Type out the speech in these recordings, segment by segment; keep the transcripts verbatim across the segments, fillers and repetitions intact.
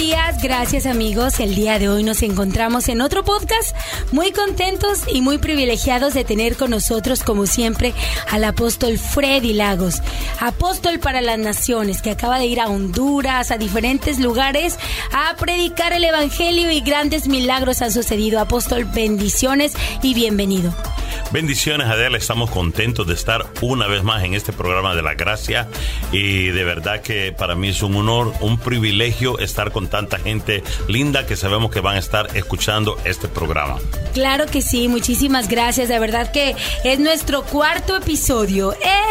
días, gracias amigos. El día de hoy nos encontramos en otro podcast, muy contentos y muy privilegiados de tener con nosotros, como siempre, al apóstol Freddy Lagos, apóstol para las naciones, que acaba de ir a Honduras, a diferentes lugares, a predicar el evangelio y grandes milagros han sucedido. Apóstol, bendiciones y bienvenido. Bendiciones, Adela, estamos contentos de estar una vez más en este programa de la gracia y de verdad que para mí es un honor, un privilegio estar con tanta gente linda que sabemos que van a estar escuchando este programa. Claro que sí, muchísimas gracias, de verdad que es nuestro cuarto episodio.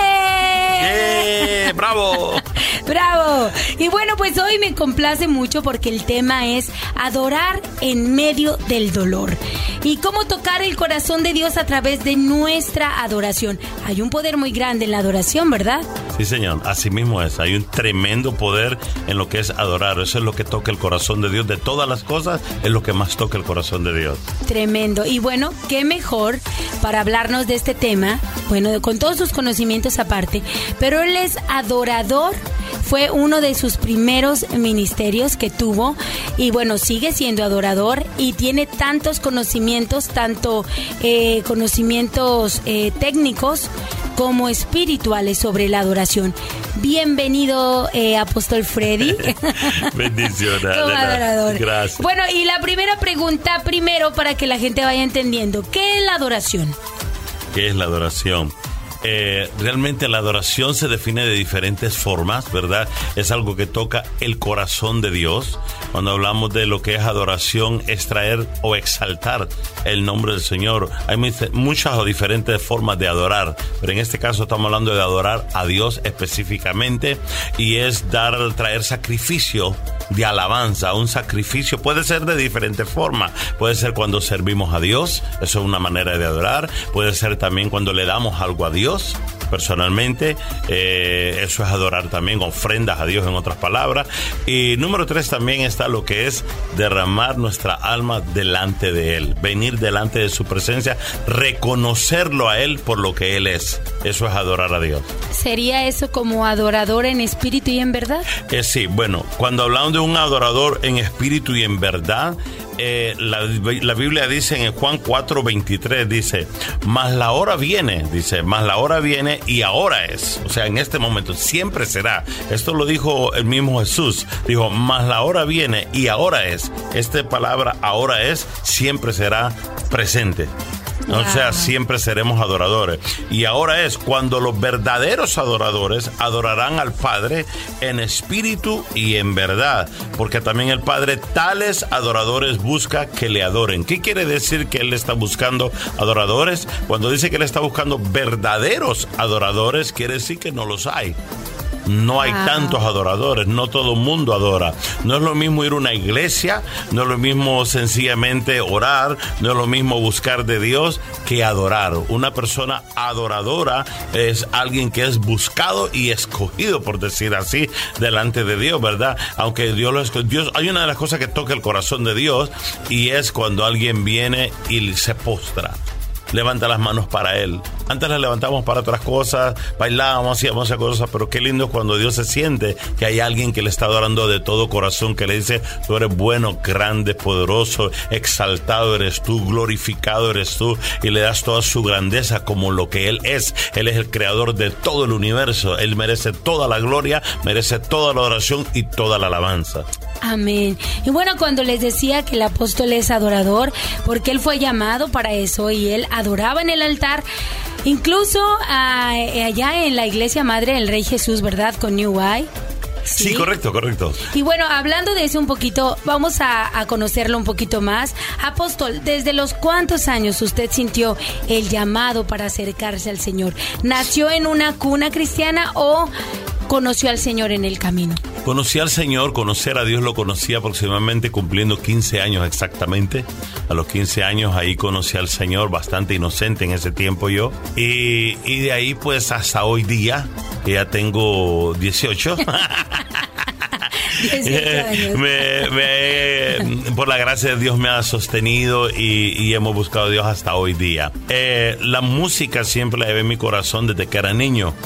¡Eh! ¡Eh! ¡Bravo! ¡Bravo! Y bueno, pues hoy me complace mucho porque el tema es adorar en medio del dolor y cómo tocar el corazón de Dios a través de nuestra adoración. Hay un poder muy grande en la adoración, ¿verdad? Sí, señor, así mismo es. Hay un tremendo poder en lo que es adorar. Eso es lo que toca el corazón de Dios. De todas las cosas, es lo que más toca el corazón de Dios. Tremendo. Y bueno, qué mejor para hablarnos de este tema, bueno, con todos sus conocimientos aparte, pero él es adorador. Fue uno de sus primeros ministerios que tuvo y bueno, sigue siendo adorador y tiene tantos conocimientos, tanto eh, conocimientos eh, técnicos como espirituales sobre la adoración. Bienvenido, eh, apóstol Freddy. Bendiciones. Como adorador. Gracias. Bueno, y la primera pregunta, primero, para que la gente vaya entendiendo, ¿qué es la adoración? ¿Qué es la adoración? Eh, realmente la adoración se define de diferentes formas, ¿verdad? Es algo que toca el corazón de Dios. Cuando hablamos de lo que es adoración, es traer o exaltar el nombre del Señor. Hay muchas o diferentes formas de adorar, pero en este caso estamos hablando de adorar a Dios específicamente y es dar, traer sacrificio de alabanza. Un sacrificio puede ser de diferentes formas. Puede ser cuando servimos a Dios, eso es una manera de adorar. Puede ser también cuando le damos algo a Dios. Personalmente, eh, eso es adorar también, ofrendas a Dios en otras palabras. Y número tres también está lo que es derramar nuestra alma delante de Él, venir delante de su presencia, reconocerlo a Él por lo que Él es. Eso es adorar a Dios. ¿Sería eso como adorador en espíritu y en verdad? Eh, sí, bueno, cuando hablamos de un adorador en espíritu y en verdad, Eh, la, la Biblia dice en Juan cuatro veintitrés, dice, mas la hora viene, dice, mas la hora viene y ahora es, o sea, en este momento, siempre será. Esto lo dijo el mismo Jesús, dijo, mas la hora viene y ahora es. Esta palabra ahora es, siempre será presente. Wow. O sea, siempre seremos adoradores. Y ahora es cuando los verdaderos adoradores adorarán al Padre en espíritu y en verdad. Porque también el Padre tales adoradores busca que le adoren. ¿Qué quiere decir que Él está buscando adoradores? Cuando dice que Él está buscando verdaderos adoradores, quiere decir que no los hay. No hay wow. tantos adoradores, no todo el mundo adora. No es lo mismo ir a una iglesia, no es lo mismo sencillamente orar, no es lo mismo buscar de Dios que adorar. Una persona adoradora es alguien que es buscado y escogido, por decir así, delante de Dios, ¿verdad? Aunque Dios lo escogió. Dios, hay una de las cosas que toca el corazón de Dios y es cuando alguien viene y se postra. Levanta las manos para Él. Antes las levantamos para otras cosas, bailábamos, hacíamos esas cosas, pero qué lindo es cuando Dios se siente que hay alguien que le está adorando de todo corazón, que le dice, tú eres bueno, grande, poderoso, exaltado eres tú, glorificado eres tú, y le das toda su grandeza como lo que Él es. Él es el creador de todo el universo. Él merece toda la gloria, merece toda la adoración y toda la alabanza. Amén. Y bueno, cuando les decía que el apóstol es adorador, porque él fue llamado para eso y él adoraba en el altar, incluso uh, allá en la iglesia madre del Rey Jesús, ¿verdad? Con New Way. Sí, sí, correcto, correcto. Y bueno, hablando de eso un poquito, vamos a, a conocerlo un poquito más. Apóstol, ¿desde los cuántos años usted sintió el llamado para acercarse al Señor? ¿Nació en una cuna cristiana o conoció al Señor en el camino? Conocí al Señor, conocer a Dios lo conocí aproximadamente cumpliendo quince años exactamente. A los quince años ahí conocí al Señor, bastante inocente en ese tiempo yo. Y, y de ahí pues hasta hoy día, que ya tengo dieciocho. dieciocho años. me, me, por la gracia de Dios me ha sostenido y, y hemos buscado a Dios hasta hoy día. Eh, la música siempre la llevé en mi corazón desde que era niño.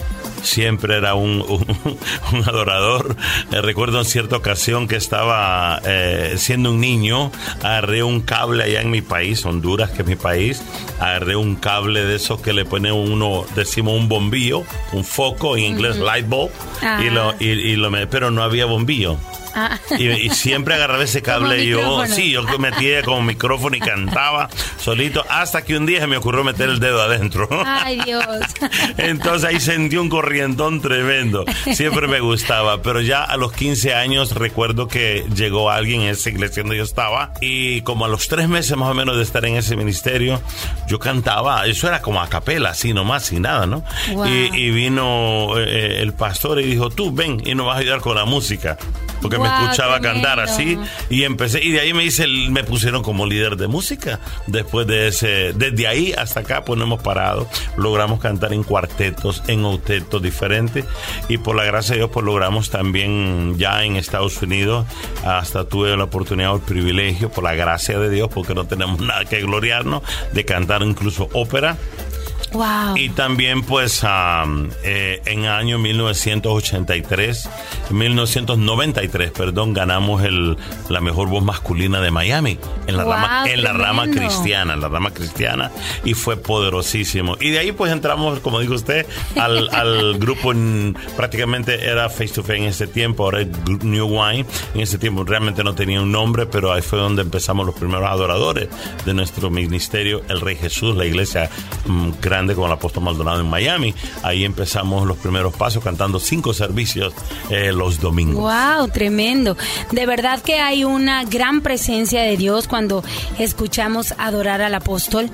siempre era un, un, un adorador. Eh, recuerdo en cierta ocasión que estaba eh, siendo un niño, agarré un cable allá en mi país, Honduras, que es mi país, agarré un cable de esos que le pone uno, decimos un bombillo, un foco, en inglés uh-huh. light bulb, ah. y lo, y, y lo, pero no había bombillo. Ah. Y, y siempre agarraba ese cable y yo, sí, yo metía como micrófono y cantaba solito, hasta que un día se me ocurrió meter el dedo adentro. Ay, Dios. Entonces ahí sentí un corrientón tremendo. Siempre me gustaba, pero ya a los quince años recuerdo que llegó alguien en esa iglesia donde yo estaba, y como a los tres meses más o menos de estar en ese ministerio, yo cantaba, eso era como a capela, así nomás, sin nada, ¿no? Wow. Y, y vino eh, el pastor y dijo, tú ven y nos vas a ayudar con la música. Porque wow, me escuchaba cantar así, y empecé, y de ahí me hice, me pusieron como líder de música. Después de ese, desde ahí hasta acá pues no hemos parado, logramos cantar en cuartetos, en octetos diferentes, y por la gracia de Dios pues logramos también ya en Estados Unidos, hasta tuve la oportunidad o el privilegio, por la gracia de Dios, porque no tenemos nada que gloriarnos, de cantar incluso ópera. Wow. Y también pues um, eh, en el año mil novecientos ochenta y tres, mil novecientos noventa y tres, perdón, ganamos el, la mejor voz masculina de Miami en la, wow, rama, en la rama cristiana, en la rama cristiana, y fue poderosísimo. Y de ahí pues entramos, como dijo usted, al, al grupo, en, prácticamente era Face to Face en ese tiempo, ahora es New Wine. En ese tiempo realmente no tenía un nombre, pero ahí fue donde empezamos los primeros adoradores de nuestro ministerio, el Rey Jesús, la iglesia um, grande con el apóstol Maldonado en Miami. Ahí empezamos los primeros pasos cantando cinco servicios eh, los domingos. Wow, tremendo. De verdad que hay una gran presencia de Dios cuando escuchamos adorar al apóstol.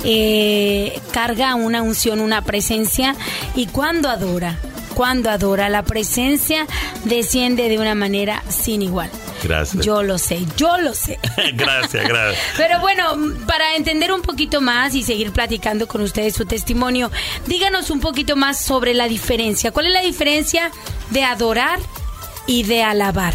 Eh, carga una unción, una presencia, y cuando adora, cuando adora, la presencia desciende de una manera sin igual. Gracias. Yo lo sé, yo lo sé. Gracias, gracias. Pero bueno, para entender un poquito más y seguir platicando con ustedes su testimonio, díganos un poquito más sobre la diferencia. ¿Cuál es la diferencia de adorar y de alabar?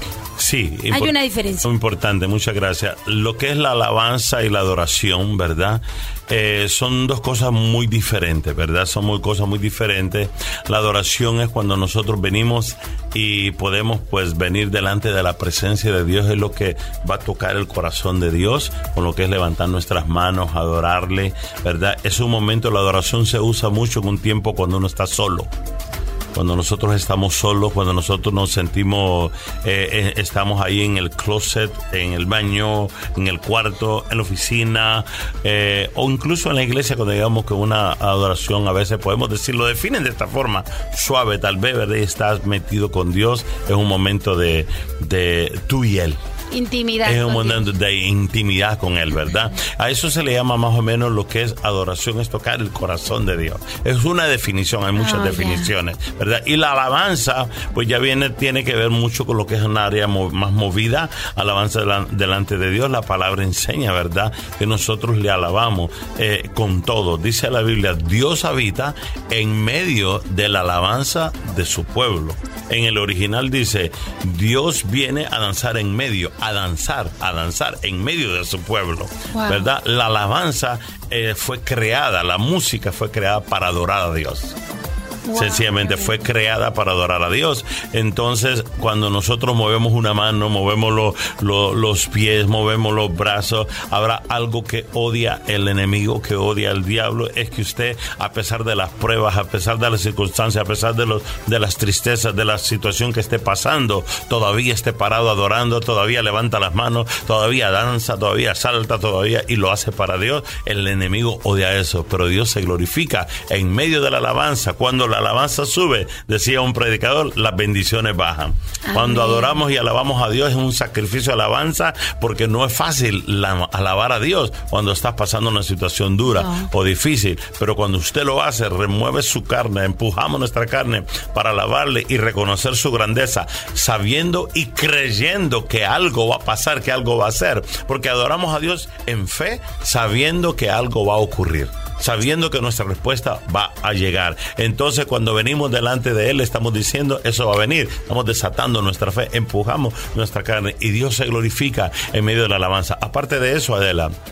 Sí, hay impor- una diferencia. Muy importante, muchas gracias. Lo que es la alabanza y la adoración, ¿verdad? Eh, son dos cosas muy diferentes, ¿verdad? Son muy cosas muy diferentes. La adoración es cuando nosotros venimos y podemos pues venir delante de la presencia de Dios, es lo que va a tocar el corazón de Dios, con lo que es levantar nuestras manos, adorarle, ¿verdad? Es un momento, la adoración se usa mucho en un tiempo cuando uno está solo. Cuando nosotros estamos solos, cuando nosotros nos sentimos, eh, eh, estamos ahí en el closet, en el baño, en el cuarto, en la oficina, eh, o incluso en la iglesia, cuando digamos que una adoración, a veces podemos decirlo, definen de esta forma, suave tal vez, ¿verdad? Y estás metido con Dios, es un momento de, de tú y Él. Intimidad. Es un momento de intimidad con Él, ¿verdad? A eso se le llama más o menos lo que es adoración, es tocar el corazón de Dios. Es una definición, hay muchas oh, definiciones, yeah. ¿verdad? Y la alabanza, pues ya viene, tiene que ver mucho con lo que es una área mo- más movida, alabanza de delante de Dios. La palabra enseña, ¿verdad? Que nosotros le alabamos eh, con todo. Dice la Biblia, Dios habita en medio de la alabanza de su pueblo. En el original dice, Dios viene a danzar en medio, a danzar, a danzar en medio de su pueblo, wow. ¿verdad? La alabanza eh, fue creada, la música fue creada para adorar a Dios. Wow. Sencillamente fue creada para adorar a Dios. Entonces, cuando nosotros movemos una mano, movemos lo, lo, los pies, movemos los brazos, habrá algo que odia el enemigo, que odia el diablo, es que usted, a pesar de las pruebas, a pesar de las circunstancias, a pesar de, los, de las tristezas, de la situación que esté pasando, todavía esté parado adorando, todavía levanta las manos, todavía danza, todavía salta, todavía, y lo hace para Dios. El enemigo odia eso, pero Dios se glorifica en medio de la alabanza. Cuando la alabanza sube, decía un predicador, las bendiciones bajan. Amén. Cuando adoramos y alabamos a Dios es un sacrificio de alabanza, porque no es fácil la, alabar a Dios cuando estás pasando una situación dura no. o difícil, pero cuando usted lo hace, remueve su carne, empujamos nuestra carne para alabarle y reconocer su grandeza, sabiendo y creyendo que algo va a pasar, que algo va a hacer, porque adoramos a Dios en fe, sabiendo que algo va a ocurrir, sabiendo que nuestra respuesta va a llegar. Entonces, cuando venimos delante de Él, estamos diciendo, eso va a venir. Estamos desatando nuestra fe, empujamos nuestra carne y Dios se glorifica en medio de la alabanza. Aparte de eso, Adela,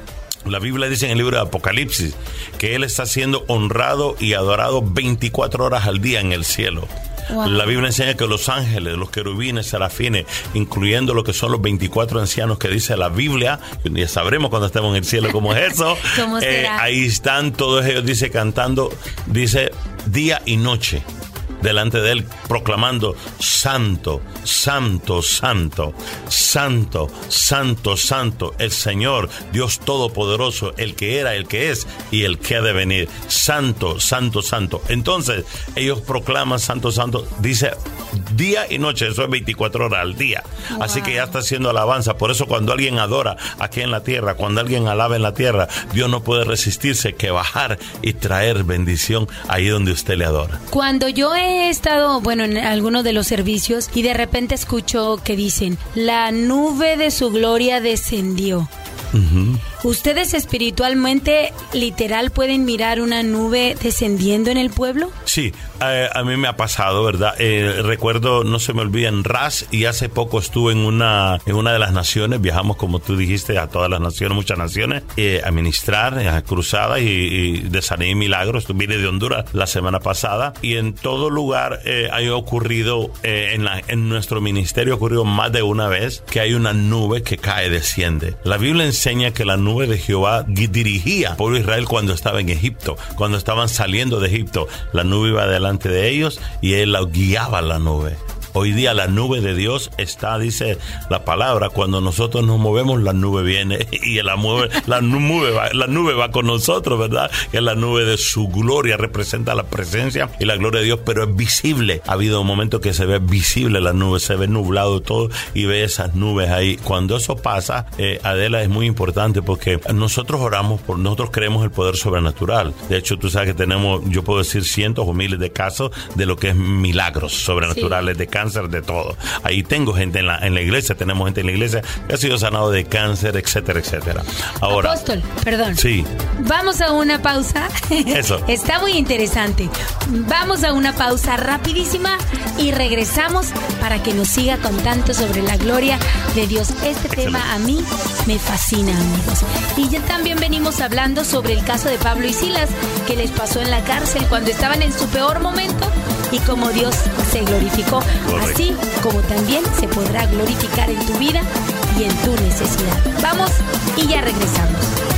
La Biblia dice en el libro de Apocalipsis que Él está siendo honrado y adorado veinticuatro horas al día en el cielo. Wow. La Biblia enseña que los ángeles, los querubines, serafines, incluyendo lo que son los veinticuatro ancianos que dice la Biblia, ya sabremos cuando estemos en el cielo cómo es eso. ¿Cómo será? Eh, ahí están todos ellos, dice, cantando, dice, día y noche delante de Él, proclamando: Santo, Santo, Santo, Santo, Santo, Santo, el Señor, Dios Todopoderoso, el que era, el que es y el que ha de venir. Santo, Santo, Santo. Entonces, ellos proclaman Santo, Santo, dice día y noche, eso es veinticuatro horas al día. Wow. Así que ya está haciendo alabanza. Por eso cuando alguien adora aquí en la tierra, cuando alguien alaba en la tierra, Dios no puede resistirse que bajar y traer bendición ahí donde usted le adora. Cuando yo he estado, bueno, en algunos de los servicios y de repente escucho que dicen, la nube de su gloria descendió. Uh-huh. ¿Ustedes espiritualmente, literal, pueden mirar una nube descendiendo en el pueblo? Sí, eh, a mí me ha pasado, ¿verdad? Eh, recuerdo, no se me olvida, en R A S, y hace poco estuve en una en una de las naciones, viajamos, como tú dijiste, a todas las naciones, muchas naciones, eh, a ministrar, a cruzadas y, y de sanidad y milagros. Vine de Honduras la semana pasada y en todo lugar eh, ha ocurrido, eh, en, la, en nuestro ministerio ha ocurrido más de una vez que hay una nube que cae, desciende. La Biblia enseña que la nube de Jehová dirigía al pueblo de Israel cuando estaba en Egipto, cuando estaban saliendo de Egipto. La nube iba delante de ellos y él la guiaba la nube. Hoy día la nube de Dios está, dice la palabra, cuando nosotros nos movemos, la nube viene y la, mueve, la, nube va, la nube va con nosotros, ¿verdad? Que es la nube de su gloria, representa la presencia y la gloria de Dios, pero es visible. Ha habido un momento que se ve visible la nube, se ve nublado todo y ve esas nubes ahí. Cuando eso pasa, eh, Adela, es muy importante porque nosotros oramos, por nosotros creemos el poder sobrenatural. De hecho, tú sabes que tenemos, yo puedo decir cientos o miles de casos de lo que es milagros sobrenaturales, sí, de cáncer, de todo. Ahí tengo gente en la, en la iglesia, tenemos gente en la iglesia que ha sido sanado de cáncer, etcétera, etcétera. Ahora, Apóstol, perdón. Sí. Vamos a una pausa. Eso. Está muy interesante. Vamos a una pausa rapidísima y regresamos para que nos siga contando sobre la gloria de Dios. Este Excelente. Tema a mí me fascina, amigos. Y ya también venimos hablando sobre el caso de Pablo y Silas, que les pasó en la cárcel cuando estaban en su peor momento y cómo Dios se glorificó. Correcto. Así como también se podrá glorificar en tu vida y en tu necesidad. Vamos y ya regresamos.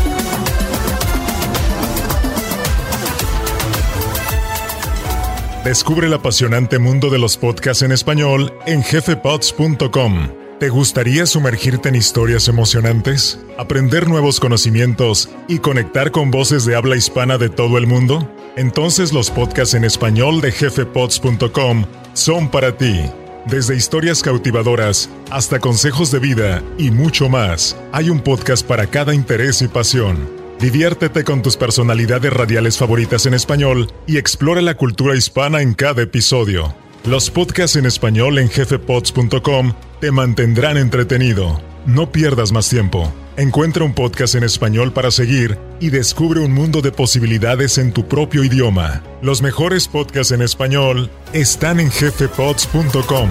Descubre el apasionante mundo de los podcasts en español en jefe pods punto com. ¿Te gustaría sumergirte en historias emocionantes, aprender nuevos conocimientos y conectar con voces de habla hispana de todo el mundo? Entonces los podcasts en español de jefe pods punto com son para ti. Desde historias cautivadoras hasta consejos de vida y mucho más, hay un podcast para cada interés y pasión. Diviértete con tus personalidades radiales favoritas en español y explora la cultura hispana en cada episodio. Los podcasts en español en jefe pods punto com te mantendrán entretenido. No pierdas más tiempo. Encuentra un podcast en español para seguir y descubre un mundo de posibilidades en tu propio idioma. Los mejores podcasts en español están en jefe pods punto com.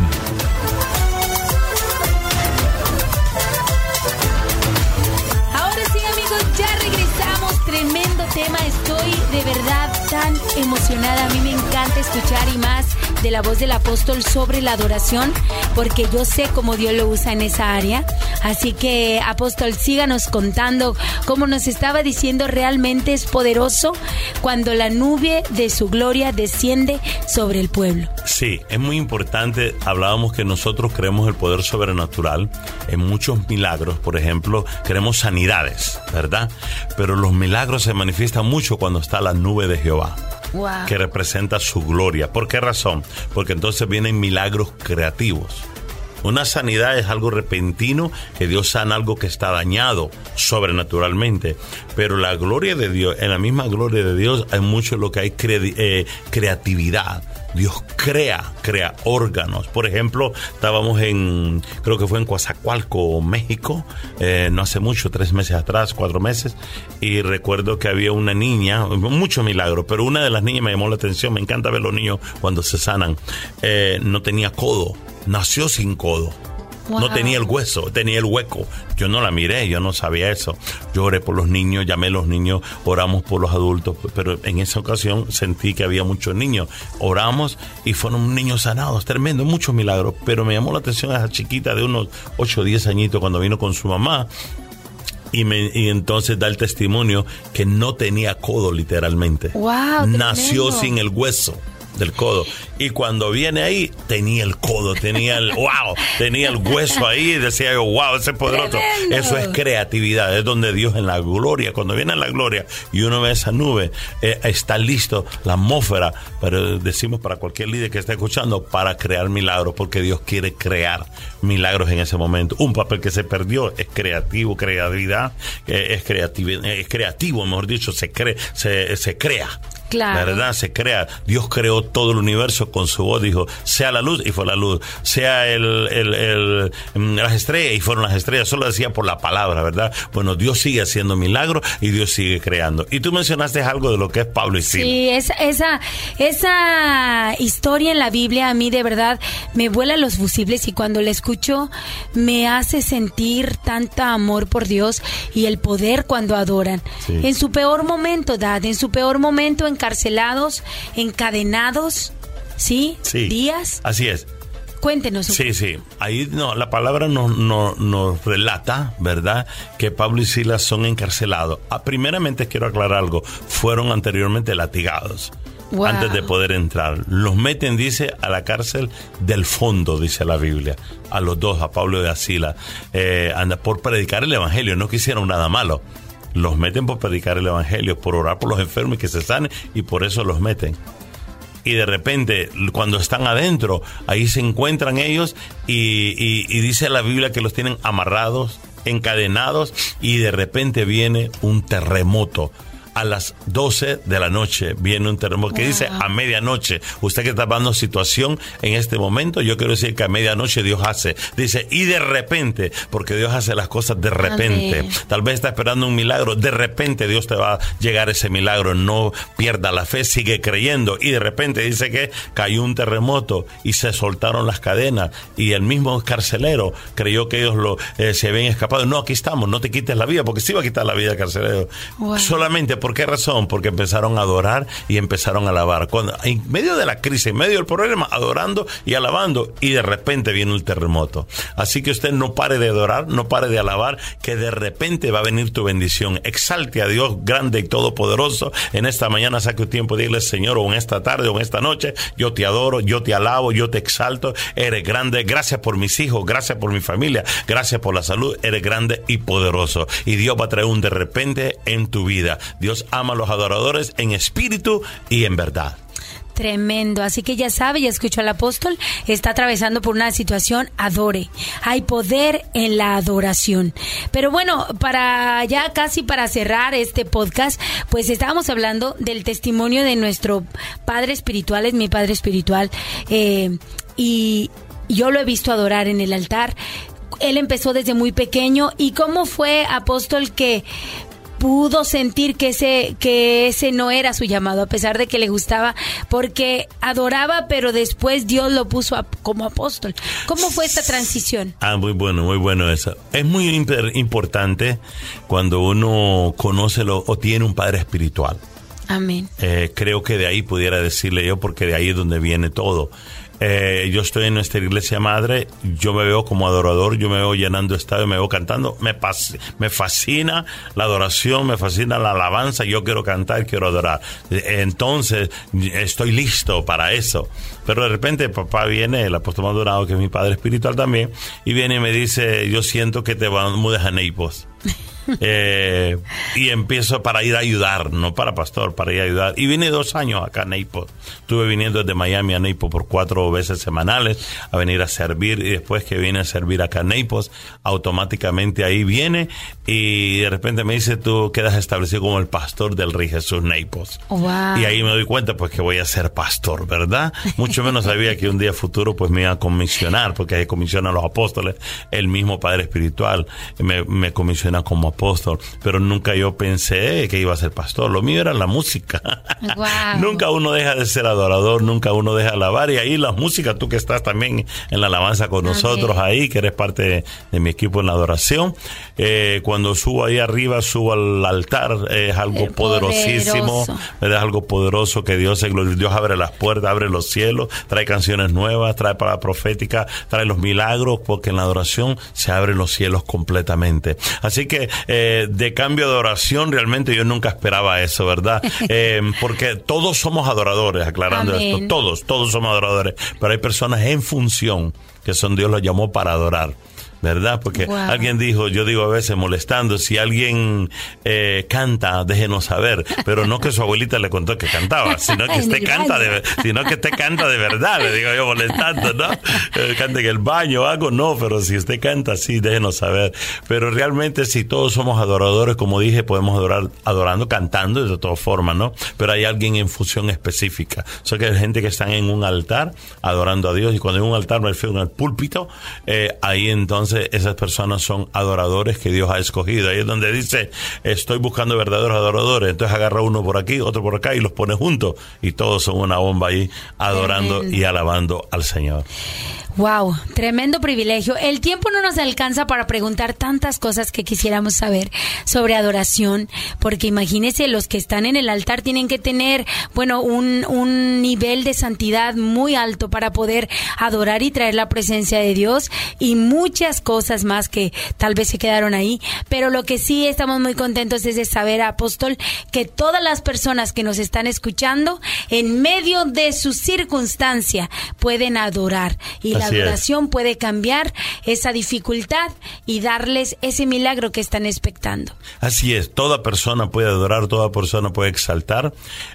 Ahora sí, amigos, ya regresamos. Tremendo tema. Estoy de verdad tan emocionada. A mí me encanta escuchar y más de la voz del apóstol sobre la adoración, porque yo sé cómo Dios lo usa en esa área. Así que, apóstol, síganos contando. Como nos estaba diciendo, realmente es poderoso cuando la nube de su gloria desciende sobre el pueblo. Sí, es muy importante. Hablábamos que nosotros creemos el poder sobrenatural en muchos milagros. Por ejemplo, creemos sanidades, ¿verdad? Pero los milagros se manifiestan mucho cuando está la nube de Jehová. Wow. Que representa su gloria. ¿Por qué razón? Porque entonces vienen milagros creativos. Una sanidad es algo repentino, que Dios sana algo que está dañado sobrenaturalmente. Pero la gloria de Dios, en la misma gloria de Dios hay mucho lo que hay cre- eh, creatividad. Dios crea, crea órganos. Por ejemplo, estábamos en, creo que fue en Coatzacoalco, México, eh, no hace mucho, tres meses atrás, cuatro meses, y recuerdo que había una niña, mucho milagro, pero una de las niñas me llamó la atención. Me encanta ver los niños cuando se sanan. Eh, no tenía codo, nació sin codo. Wow. No tenía el hueso, tenía el hueco. Yo no la miré, yo no sabía eso. Yo oré por los niños, llamé a los niños, oramos por los adultos, pero en esa ocasión sentí que había muchos niños. Oramos y fueron niños sanados, tremendo, muchos milagros. Pero me llamó la atención a esa chiquita de unos ocho o diez añitos cuando vino con su mamá. Y, me, y entonces da el testimonio que no tenía codo literalmente. Wow, nació tremendo. sin el hueso del codo. Y cuando viene ahí, tenía el codo, tenía el wow, tenía el hueso ahí y decía yo, wow, ese es poderoso. Tremendo. Eso es creatividad, es donde Dios en la gloria, cuando viene en la gloria y uno ve esa nube, eh, está listo la atmósfera, pero decimos para cualquier líder que esté escuchando, para crear milagros, porque Dios quiere crear milagros en ese momento. Un papel que se perdió es creativo, creatividad, eh, es creativo, es creativo, mejor dicho, se cree, se, se crea. Claro. ¿Verdad? Se crea. Dios creó todo el universo con su voz. Dijo, sea la luz y fue la luz. Sea el, el, el, las estrellas y fueron las estrellas. Solo decía por la palabra, ¿verdad? Bueno, Dios sigue haciendo milagros y Dios sigue creando. Y tú mencionaste algo de lo que es Pablo y Silas. Sí, esa, esa, esa historia en la Biblia a mí de verdad me vuela los fusibles y cuando la escucho me hace sentir tanta amor por Dios y el poder cuando adoran. Sí. En su peor momento, Dad, en su peor momento, encarcelados, encadenados, ¿sí? Sí. Días. Así es. Cuéntenos. Sí, sí. Ahí no, la palabra nos, nos, nos relata, ¿verdad?, que Pablo y Silas son encarcelados. Ah, primeramente quiero aclarar algo. Fueron anteriormente latigados. Wow. Antes de poder entrar. Los meten, dice, a la cárcel del fondo, dice la Biblia. A los dos, a Pablo y a Silas. Eh, anda, por predicar el evangelio. No quisieron nada malo. Los meten por predicar el evangelio, por orar por los enfermos y que se sanen, y por eso los meten. Y de repente, cuando están adentro, ahí se encuentran ellos y, y, y dice la Biblia que los tienen amarrados, encadenados, y de repente viene un terremoto. A las doce de la noche viene un terremoto que wow. dice a medianoche. Usted que está pasando situación en este momento, yo quiero decir que a medianoche Dios hace. Dice, y de repente, porque Dios hace las cosas de repente. Amén. Tal vez está esperando un milagro, de repente Dios te va a llegar ese milagro. No pierda la fe, sigue creyendo. Y de repente dice que cayó un terremoto y se soltaron las cadenas. Y el mismo carcelero creyó que ellos lo, eh, se habían escapado. No, aquí estamos, no te quites la vida, porque sí va a quitar la vida del carcelero. Wow. Solamente ¿por qué razón? Porque empezaron a adorar y empezaron a alabar. Cuando, en medio de la crisis, en medio del problema, adorando y alabando, y de repente viene el terremoto. Así que usted no pare de adorar, no pare de alabar, que de repente va a venir tu bendición. Exalte a Dios grande y todopoderoso. En esta mañana saque un tiempo de decirle, Señor, o en esta tarde o en esta noche, yo te adoro, yo te alabo, yo te exalto. Eres grande. Gracias por mis hijos, gracias por mi familia, gracias por la salud. Eres grande y poderoso. Y Dios va a traer un de repente en tu vida. Dios ama a los adoradores en espíritu y en verdad. Tremendo, así que ya sabe, ya escuchó al apóstol, está atravesando por una situación, adore. Hay poder en la adoración. Pero bueno, para ya casi para cerrar este podcast, pues estábamos hablando del testimonio de nuestro padre espiritual, es mi padre espiritual, eh, y yo lo he visto adorar en el altar. Él empezó desde muy pequeño. ¿Y cómo fue, apóstol, que pudo sentir que ese que ese no era su llamado, a pesar de que le gustaba, porque adoraba, pero después Dios lo puso a, como apóstol? ¿Cómo fue esta transición? Ah, muy bueno, muy bueno eso. Es muy importante cuando uno conoce lo, o tiene un padre espiritual. Amén. Eh, creo que de ahí pudiera decirle yo, porque de ahí es donde viene todo. Eh, yo estoy en nuestra iglesia madre, yo me veo como adorador, yo me veo llenando estadio, me veo cantando, me, pas, me fascina la adoración, me fascina la alabanza, yo quiero cantar, quiero adorar. Entonces, estoy listo para eso. Pero de repente papá viene, el apóstol Maldonado, que es mi padre espiritual también, y viene y me dice, yo siento que te mudes a Naples. Eh, y empiezo para ir a ayudar, no para pastor, para ir a ayudar. Y vine dos años acá a Naples. Estuve viniendo desde Miami a Naples por cuatro veces semanales a venir a servir. Y después que vine a servir acá a Naples, automáticamente ahí viene y de repente me dice, tú quedas establecido como el pastor del Rey Jesús Naples. Wow. Y ahí me doy cuenta pues que voy a ser pastor, ¿verdad? Mucho menos sabía que un día futuro pues me iba a comisionar, porque ahí comisiona a los apóstoles. El mismo padre espiritual me, me comisiona como apóstol, pero nunca yo pensé que iba a ser pastor. Lo mío era la música. Wow. Nunca uno deja de ser adorador, nunca uno deja de alabar. Y ahí la música, tú que estás también en la alabanza con nosotros Amén. ahí, que eres parte de, de mi equipo en la adoración. Eh, cuando subo ahí arriba, subo al altar, eh, es algo El poderosísimo, poderoso. es algo poderoso que Dios, Dios abre las puertas, abre los cielos, trae canciones nuevas, trae palabra profética, trae los milagros, porque en la adoración se abren los cielos completamente. Así que eh, de cambio de oración, realmente yo nunca esperaba eso, ¿verdad? Eh, porque todos somos adoradores, aclarando Amén. esto, todos, todos somos adoradores, pero hay personas en función que son Dios los llamó para adorar, ¿verdad? Porque Wow. alguien dijo, yo digo a veces molestando, si alguien eh, canta, déjenos saber, pero no que su abuelita le contó que cantaba, sino que En usted el canta baño. de, sino que usted canta de verdad, le digo yo molestando, ¿no? Eh, cante en el baño o algo, no, pero si usted canta, sí, déjenos saber. Pero realmente si todos somos adoradores, como dije, podemos adorar adorando, cantando de todas formas, ¿no? Pero hay alguien en función específica. O sea que hay gente que están en un altar adorando a Dios, y cuando en un altar me refiero al púlpito, eh, ahí entonces esas personas son adoradores que Dios ha escogido. Ahí es donde dice, estoy buscando verdaderos adoradores. Entonces agarra uno por aquí, otro por acá y los pone juntos, y todos son una bomba ahí adorando Tremendo. y alabando al Señor. Wow, tremendo privilegio. El tiempo no nos alcanza para preguntar tantas cosas que quisiéramos saber sobre adoración, porque imagínense, los que están en el altar tienen que tener, bueno, un, un nivel de santidad muy alto para poder adorar y traer la presencia de Dios, y muchas cosas más que tal vez se quedaron ahí. Pero lo que sí estamos muy contentos es de saber, apóstol, que todas las personas que nos están escuchando, en medio de su circunstancia, pueden adorar, y la Así es. adoración puede cambiar esa dificultad y darles ese milagro que están expectando. Así es, toda persona puede adorar, toda persona puede exaltar,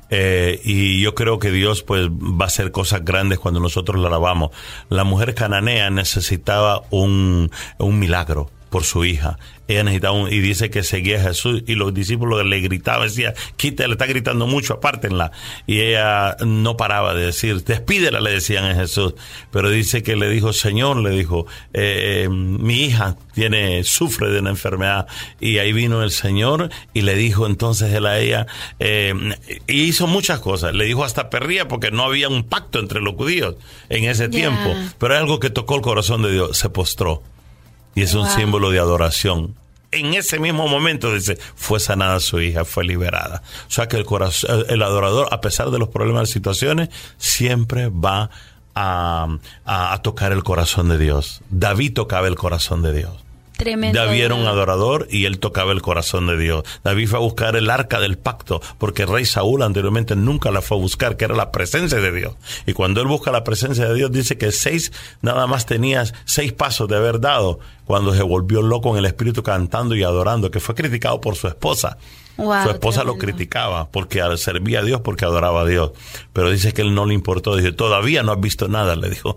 eh, y yo creo que Dios pues va a hacer cosas grandes cuando nosotros la alabamos. La mujer cananea necesitaba un, un milagro por su hija. Ella necesitaba un, y dice que seguía a Jesús, y los discípulos le gritaban, decía, quítale, le está gritando mucho, apártenla. Y ella no paraba de decir, despídela, le decían a Jesús. Pero dice que le dijo, Señor, le dijo, eh, mi hija tiene, sufre de una enfermedad. Y ahí vino el Señor y le dijo entonces él a ella, eh, y hizo muchas cosas. Le dijo hasta perría, porque no había un pacto entre los judíos en ese Yeah. tiempo. Pero es algo que tocó el corazón de Dios, se postró. Y es un Wow. símbolo de adoración. En ese mismo momento, dice, fue sanada su hija, fue liberada. O sea que el corazón, el adorador, a pesar de los problemas y situaciones, siempre va a, a, a tocar el corazón de Dios. David tocaba el corazón de Dios. Tremendo. David era un adorador y él tocaba el corazón de Dios. David fue a buscar el arca del pacto, porque el rey Saúl anteriormente nunca la fue a buscar, que era la presencia de Dios. Y cuando él busca la presencia de Dios, dice que seis, nada más tenía seis pasos de haber dado, cuando se volvió loco en el espíritu cantando y adorando, que fue criticado por su esposa. Wow, Su esposa tremendo. lo criticaba porque servía a Dios, porque adoraba a Dios. Pero dice que él no le importó. Dice, todavía no has visto nada, le dijo.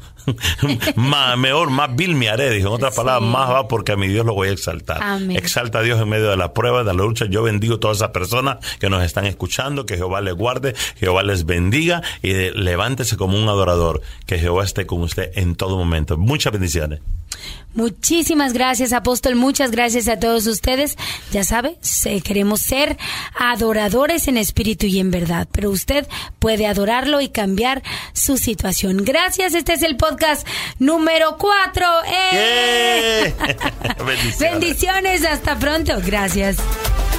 más, mejor, más vil me haré. Dijo, en otras Sí. palabras, más va, porque a mi Dios lo voy a exaltar. Amén. Exalta a Dios en medio de la prueba, de la lucha. Yo bendigo a todas esas personas que nos están escuchando. Que Jehová les guarde, Jehová les bendiga. Y de, levántese como un adorador. Que Jehová esté con usted en todo momento. Muchas bendiciones. Muchísimas gracias, apóstol. Muchas gracias a todos ustedes. Ya sabe, se- queremos ser adoradores en espíritu y en verdad, pero usted puede adorarlo y cambiar su situación. Gracias. Este es el podcast número cuatro. ¡Eh! ¡Yeah! Bendiciones. Bendiciones. Hasta pronto. Gracias.